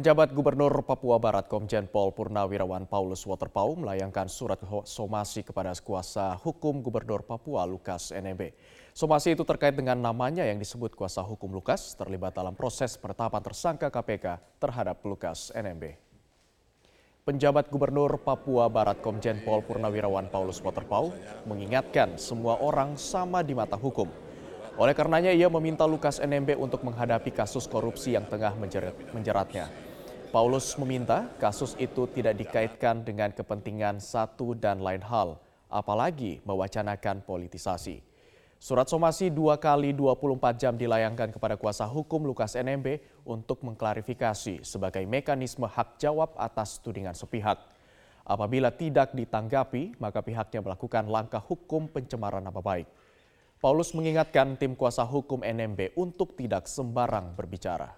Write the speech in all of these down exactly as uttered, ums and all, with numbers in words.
Penjabat Gubernur Papua Barat Komjen Pol Purnawirawan Paulus Waterpauw melayangkan surat somasi kepada kuasa hukum Gubernur Papua Lukas N M B. Somasi itu terkait dengan namanya yang disebut kuasa hukum Lukas terlibat dalam proses penetapan tersangka K P K terhadap Lukas N M B. Penjabat Gubernur Papua Barat Komjen Pol Purnawirawan Paulus Waterpauw mengingatkan semua orang sama di mata hukum. Oleh karenanya ia meminta Lukas N M B untuk menghadapi kasus korupsi yang tengah menjerat, menjeratnya. Paulus meminta kasus itu tidak dikaitkan dengan kepentingan satu dan lain hal, apalagi mewacanakan politisasi. Surat somasi dua kali dua puluh empat jam dilayangkan kepada kuasa hukum Lukas N M B untuk mengklarifikasi sebagai mekanisme hak jawab atas tudingan sepihak. Apabila tidak ditanggapi, maka pihaknya melakukan langkah hukum pencemaran nama baik. Paulus mengingatkan tim kuasa hukum N M B untuk tidak sembarang berbicara.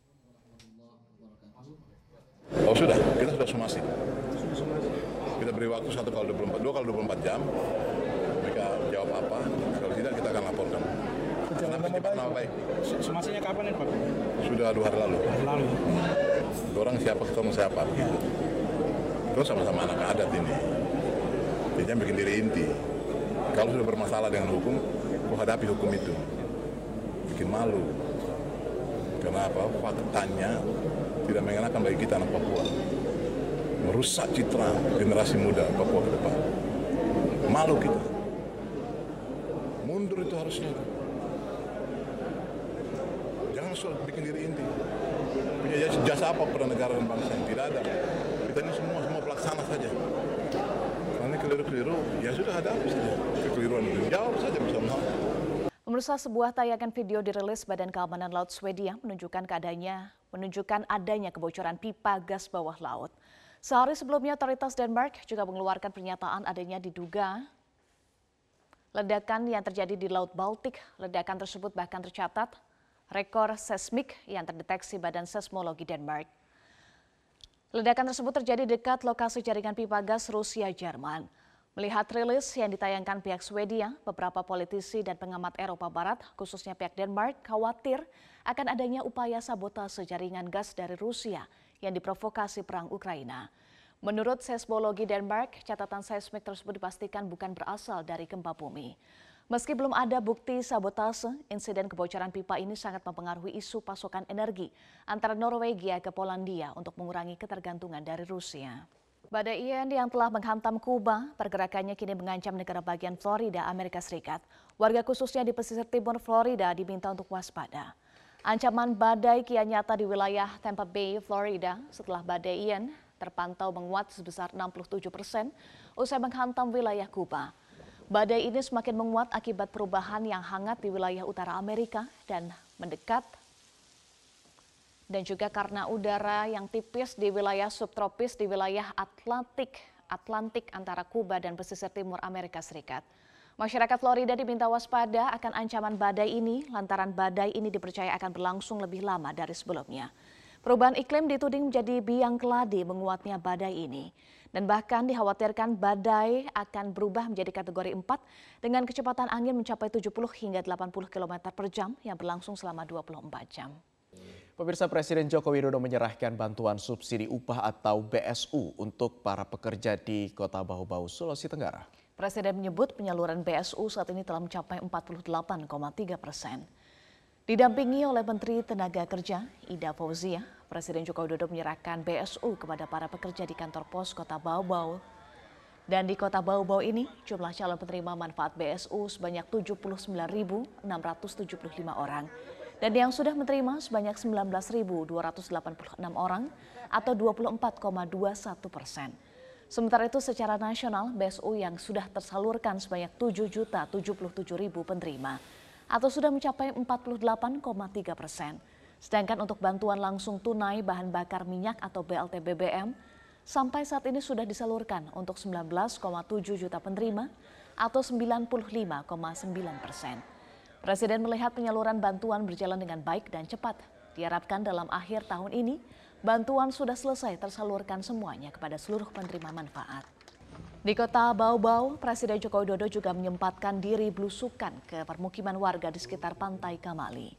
Oh sudah, kita sudah somasi. Kita beri waktu satu kali dua puluh empat, dua kali dua puluh empat jam. Mereka jawab apa, kalau tidak kita akan laporkan. Kenapa cepat nama baik? Somasinya kapan nih Pak? Sudah dua hari lalu. Hari lalu. Orang siapa ketemu siapa. Ya. Terus sama-sama anak adat ini. Dia bikin diri inti. Kalau sudah bermasalah dengan hukum, kau hadapi hukum itu. Bikin malu. Karena apa? Faktanya tidak mengenakan bagi kita anak Papua. Merusak citra generasi muda Papua ke depan. Malu kita. Mundur itu harusnya. Jangan soal bikin diri inti. Punya jasa apa pada negara dan bangsa yang tidak ada. Kita ini semua semua pelaksana saja. Karena keliru-keliru, ya sudah hadapi saja. Kekeliruan itu jawab saja bersama. Pemirsa, sebuah tayangan video dirilis Badan Keamanan Laut Swedia menunjukkan keadanya, menunjukkan adanya kebocoran pipa gas bawah laut. Sehari sebelumnya, otoritas Denmark juga mengeluarkan pernyataan adanya diduga ledakan yang terjadi di Laut Baltik. Ledakan tersebut bahkan tercatat rekor seismik yang terdeteksi Badan Seismologi Denmark. Ledakan tersebut terjadi dekat lokasi jaringan pipa gas Rusia-Jerman. Melihat rilis yang ditayangkan pihak Swedia, beberapa politisi dan pengamat Eropa Barat, khususnya pihak Denmark, khawatir akan adanya upaya sabotase jaringan gas dari Rusia yang diprovokasi perang Ukraina. Menurut seismologi Denmark, catatan seismik tersebut dipastikan bukan berasal dari gempa bumi. Meski belum ada bukti sabotase, insiden kebocoran pipa ini sangat mempengaruhi isu pasokan energi antara Norwegia ke Polandia untuk mengurangi ketergantungan dari Rusia. Badai Ian yang telah menghantam Kuba, pergerakannya kini mengancam negara bagian Florida, Amerika Serikat. Warga khususnya di pesisir timur Florida diminta untuk waspada. Ancaman badai kian nyata di wilayah Tampa Bay, Florida setelah badai Ian terpantau menguat sebesar enam puluh tujuh persen usai menghantam wilayah Kuba. Badai ini semakin menguat akibat perubahan yang hangat di wilayah utara Amerika dan mendekat dan juga karena udara yang tipis di wilayah subtropis di wilayah Atlantik, Atlantik antara Kuba dan pesisir timur Amerika Serikat. Masyarakat Florida diminta waspada akan ancaman badai ini lantaran badai ini dipercaya akan berlangsung lebih lama dari sebelumnya. Perubahan iklim dituding menjadi biang keladi menguatnya badai ini. Dan bahkan dikhawatirkan badai akan berubah menjadi kategori empat dengan kecepatan angin mencapai tujuh puluh hingga delapan puluh kilometer per jam yang berlangsung selama dua puluh empat jam. Pemirsa, Presiden Joko Widodo menyerahkan bantuan subsidi upah atau B S U untuk para pekerja di Kota Bau-Bau, Sulawesi Tenggara. Presiden menyebut penyaluran B S U saat ini telah mencapai empat puluh delapan koma tiga persen. Didampingi oleh Menteri Tenaga Kerja Ida Fauzia, Presiden Joko Widodo menyerahkan B S U kepada para pekerja di kantor pos Kota Bau-Bau. Dan di Kota Bau-Bau ini, jumlah calon penerima manfaat B S U sebanyak tujuh puluh sembilan ribu enam ratus tujuh puluh lima orang. Dan yang sudah menerima sebanyak sembilan belas ribu dua ratus delapan puluh enam orang atau dua puluh empat koma dua satu persen. Sementara itu secara nasional B S U yang sudah tersalurkan sebanyak tujuh juta tujuh puluh tujuh ribu penerima atau sudah mencapai empat puluh delapan koma tiga persen. Sedangkan untuk bantuan langsung tunai bahan bakar minyak atau B L T B B M sampai saat ini sudah disalurkan untuk sembilan belas koma tujuh juta penerima atau sembilan puluh lima koma sembilan persen. Presiden melihat penyaluran bantuan berjalan dengan baik dan cepat. Diharapkan dalam akhir tahun ini, bantuan sudah selesai tersalurkan semuanya kepada seluruh penerima manfaat. Di Kota Bau-Bau, Presiden Joko Widodo juga menyempatkan diri belusukan ke permukiman warga di sekitar Pantai Kamali.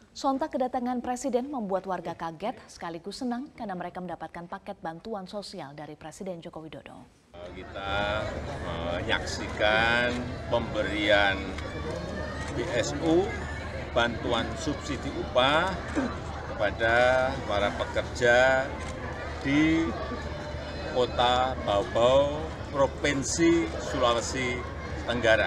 Sontak kedatangan Presiden membuat warga kaget sekaligus senang karena mereka mendapatkan paket bantuan sosial dari Presiden Joko Widodo. Kita menyaksikan pemberian B S U, bantuan subsidi upah kepada para pekerja di Kota Baubau, Provinsi Sulawesi Tenggara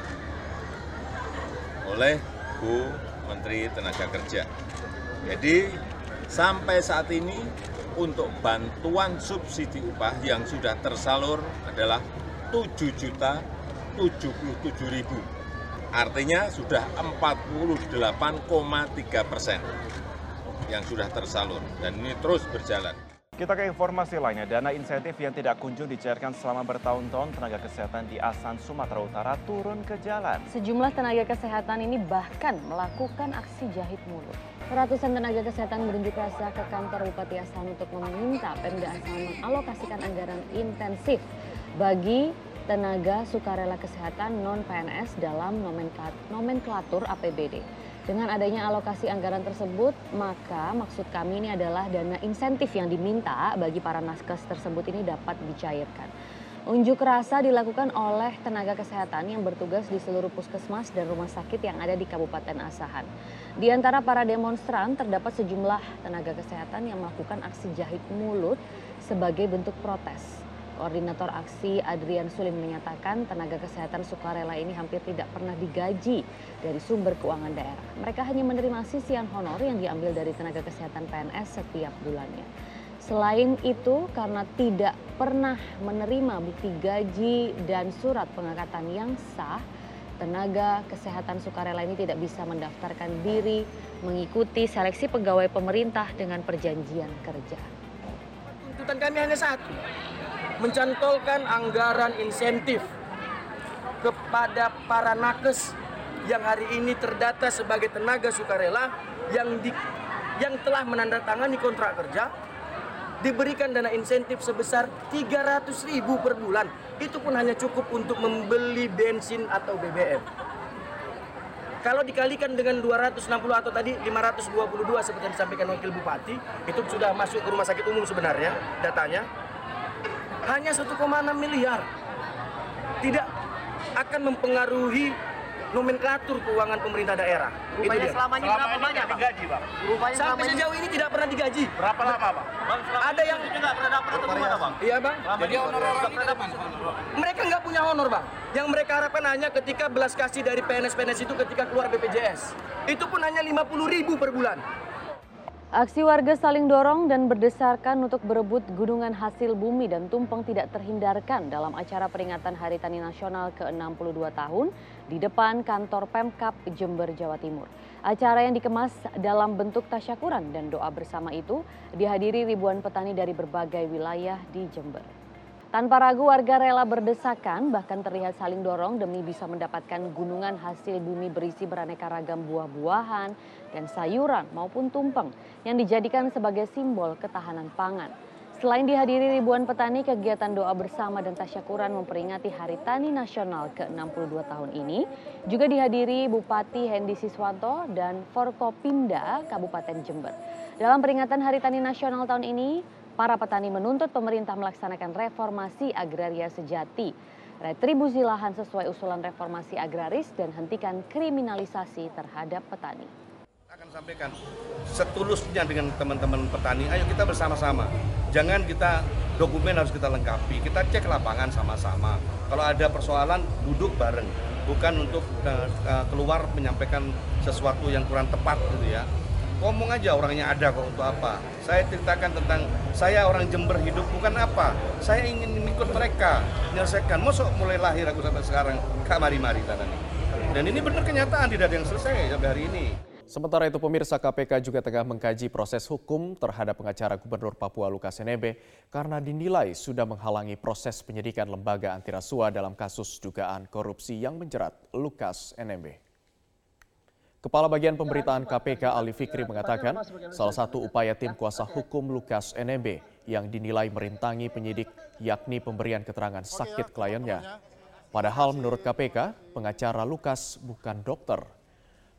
oleh Bu Menteri Tenaga Kerja. Jadi sampai saat ini untuk bantuan subsidi upah yang sudah tersalur adalah tujuh juta tujuh puluh tujuh ribu. Artinya sudah empat puluh delapan koma tiga persen yang sudah tersalur dan ini terus berjalan. Kita ke informasi lainnya, dana insentif yang tidak kunjung dicairkan selama bertahun-tahun tenaga kesehatan di Asan, Sumatera Utara turun ke jalan. Sejumlah tenaga kesehatan ini bahkan melakukan aksi jahit mulut. Ratusan tenaga kesehatan berunjuk rasa ke kantor Bupati Asan untuk meminta Pemda Asan mengalokasikan anggaran intensif bagi tenaga sukarela kesehatan non-P N S dalam nomenklatur A P B D. Dengan adanya alokasi anggaran tersebut, maka maksud kami ini adalah dana insentif yang diminta bagi para naskes tersebut ini dapat dicairkan. Unjuk rasa dilakukan oleh tenaga kesehatan yang bertugas di seluruh puskesmas dan rumah sakit yang ada di Kabupaten Asahan. Di antara para demonstran terdapat sejumlah tenaga kesehatan yang melakukan aksi jahit mulut sebagai bentuk protes. Koordinator aksi Adrian Sulim menyatakan tenaga kesehatan sukarela ini hampir tidak pernah digaji dari sumber keuangan daerah. Mereka hanya menerima sisian honor yang diambil dari tenaga kesehatan P N S setiap bulannya. Selain itu, karena tidak pernah menerima bukti gaji dan surat pengangkatan yang sah, tenaga kesehatan sukarela ini tidak bisa mendaftarkan diri mengikuti seleksi pegawai pemerintah dengan perjanjian kerja. Tuntutan kami hanya satu, mencantolkan anggaran insentif kepada para nakes yang hari ini terdata sebagai tenaga sukarela yang di, yang telah menandatangani kontrak kerja, diberikan dana insentif sebesar tiga ratus ribu per bulan. Itu pun hanya cukup untuk membeli bensin atau B B M. Kalau dikalikan dengan dua ratus enam puluh atau tadi lima ratus dua puluh dua seperti yang disampaikan Wakil Bupati, itu sudah masuk ke rumah sakit umum sebenarnya datanya. Hanya satu koma enam miliar. Tidak akan mempengaruhi nomenklatur keuangan pemerintah daerah. Rupanya selama ini berapa banyak, Pak? Digaji, Pak? Rupanya Sampai sejauh ini tidak pernah digaji. Berapa lama, Pak? Ada yang tidak pernah dapat atau gimana, Bang? Iya, Bang. Jadi honor orang ini dapat. Mereka nggak punya honor, Bang. Yang mereka harapkan hanya ketika belas kasih dari P N S P N S itu ketika keluar B P J S. Itu pun hanya lima puluh ribu per bulan. Aksi warga saling dorong dan berdesakan untuk berebut gunungan hasil bumi dan tumpeng tidak terhindarkan dalam acara peringatan Hari Tani Nasional ke enam puluh dua tahun di depan kantor Pemkab Jember, Jawa Timur. Acara yang dikemas dalam bentuk tasyakuran dan doa bersama itu dihadiri ribuan petani dari berbagai wilayah di Jember. Tanpa ragu warga rela berdesakan, bahkan terlihat saling dorong demi bisa mendapatkan gunungan hasil bumi berisi beraneka ragam buah-buahan dan sayuran maupun tumpeng yang dijadikan sebagai simbol ketahanan pangan. Selain dihadiri ribuan petani, kegiatan doa bersama dan tasyakuran memperingati Hari Tani Nasional ke enam puluh dua tahun ini juga dihadiri Bupati Hendy Siswanto dan Forkopimda Kabupaten Jember. Dalam peringatan Hari Tani Nasional tahun ini, para petani menuntut pemerintah melaksanakan reformasi agraria sejati, retribusi lahan sesuai usulan reformasi agraris, dan hentikan kriminalisasi terhadap petani. Akan sampaikan setulusnya dengan teman-teman petani, ayo kita bersama-sama. Jangan kita dokumen harus kita lengkapi, kita cek lapangan sama-sama. Kalau ada persoalan duduk bareng, bukan untuk uh, keluar menyampaikan sesuatu yang kurang tepat gitu ya. Ngomong aja orangnya ada kok, untuk apa. Saya ceritakan tentang saya orang Jember hidup bukan apa. Saya ingin ikut mereka menyelesaikan. Mosok mulai lahir aku sampai sekarang gak mari-mari tanani. Dan ini benar kenyataan, tidak ada yang selesai sampai hari ini. Sementara itu pemirsa, K P K juga tengah mengkaji proses hukum terhadap pengacara Gubernur Papua Lukas N M B karena dinilai sudah menghalangi proses penyidikan lembaga antirasua dalam kasus dugaan korupsi yang menjerat Lukas N M B. Kepala Bagian Pemberitaan K P K Ali Fikri mengatakan salah satu upaya tim kuasa hukum Lukas N M B yang dinilai merintangi penyidik yakni pemberian keterangan sakit kliennya. Padahal menurut K P K, pengacara Lukas bukan dokter.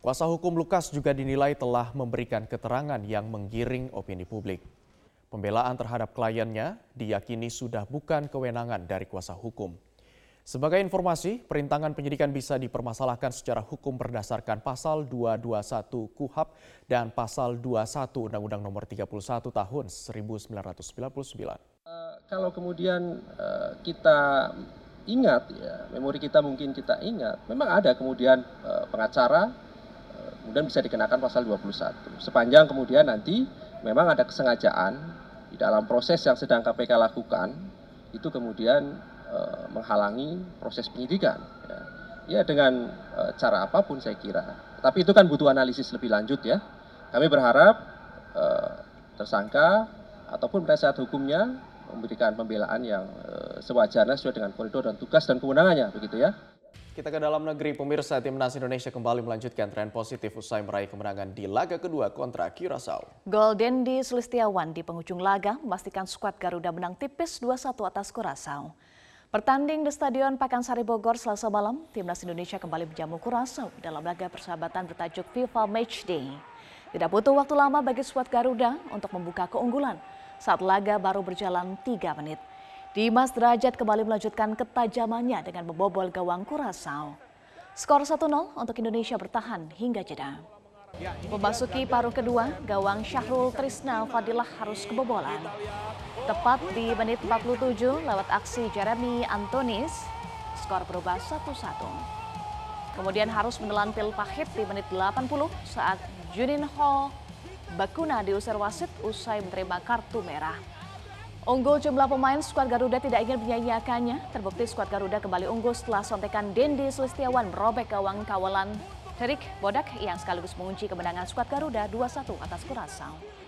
Kuasa hukum Lukas juga dinilai telah memberikan keterangan yang menggiring opini publik. Pembelaan terhadap kliennya diyakini sudah bukan kewenangan dari kuasa hukum. Sebagai informasi, perintangan penyidikan bisa dipermasalahkan secara hukum berdasarkan pasal dua ratus dua puluh satu K U H A P dan pasal dua puluh satu Undang-Undang Nomor tiga puluh satu Tahun seribu sembilan ratus sembilan puluh sembilan. Uh, kalau kemudian uh, kita ingat, ya, memori kita mungkin kita ingat, memang ada kemudian uh, pengacara, uh, kemudian bisa dikenakan pasal dua puluh satu. Sepanjang kemudian nanti memang ada kesengajaan di dalam proses yang sedang K P K lakukan, itu kemudian menghalangi proses penyidikan, ya, ya dengan e, cara apapun saya kira. Tapi itu kan butuh analisis lebih lanjut ya. Kami berharap e, tersangka ataupun penasihat hukumnya memberikan pembelaan yang e, sewajarnya sesuai dengan koridor dan tugas dan kewenangannya, begitu ya. Kita ke dalam negeri, pemirsa. Timnas Indonesia kembali melanjutkan tren positif usai meraih kemenangan di laga kedua kontra Curaçao. Gol Dendi Sulistiawan di penghujung laga memastikan skuad Garuda menang tipis dua satu atas Curaçao. Bertanding di Stadion Pakansari Bogor Selasa malam, Timnas Indonesia kembali menjamu Curaçao dalam laga persahabatan bertajuk FIFA Matchday. Tidak butuh waktu lama bagi skuad Garuda untuk membuka keunggulan saat laga baru berjalan tiga menit. Dimas Derajat kembali melanjutkan ketajamannya dengan membobol gawang Curaçao. Skor satu nol untuk Indonesia bertahan hingga jeda. Memasuki paruh kedua, gawang Syahrul Trisna Fadilah harus kebobolan. Tepat di menit empat puluh tujuh lewat aksi Jeremy Antonis, skor berubah satu satu. Kemudian harus menelan pil pahit di menit delapan puluh saat Juninho Bakuna diusir wasit usai menerima kartu merah. Unggul jumlah pemain, skuad Garuda tidak ingin menyanyiakannya. Terbukti skuad Garuda kembali unggul setelah sontekan Dendi Sulistiawan merobek gawang kawalan Terik Bodak yang sekaligus mengunci kemenangan skuad Garuda dua satu atas Curaçao.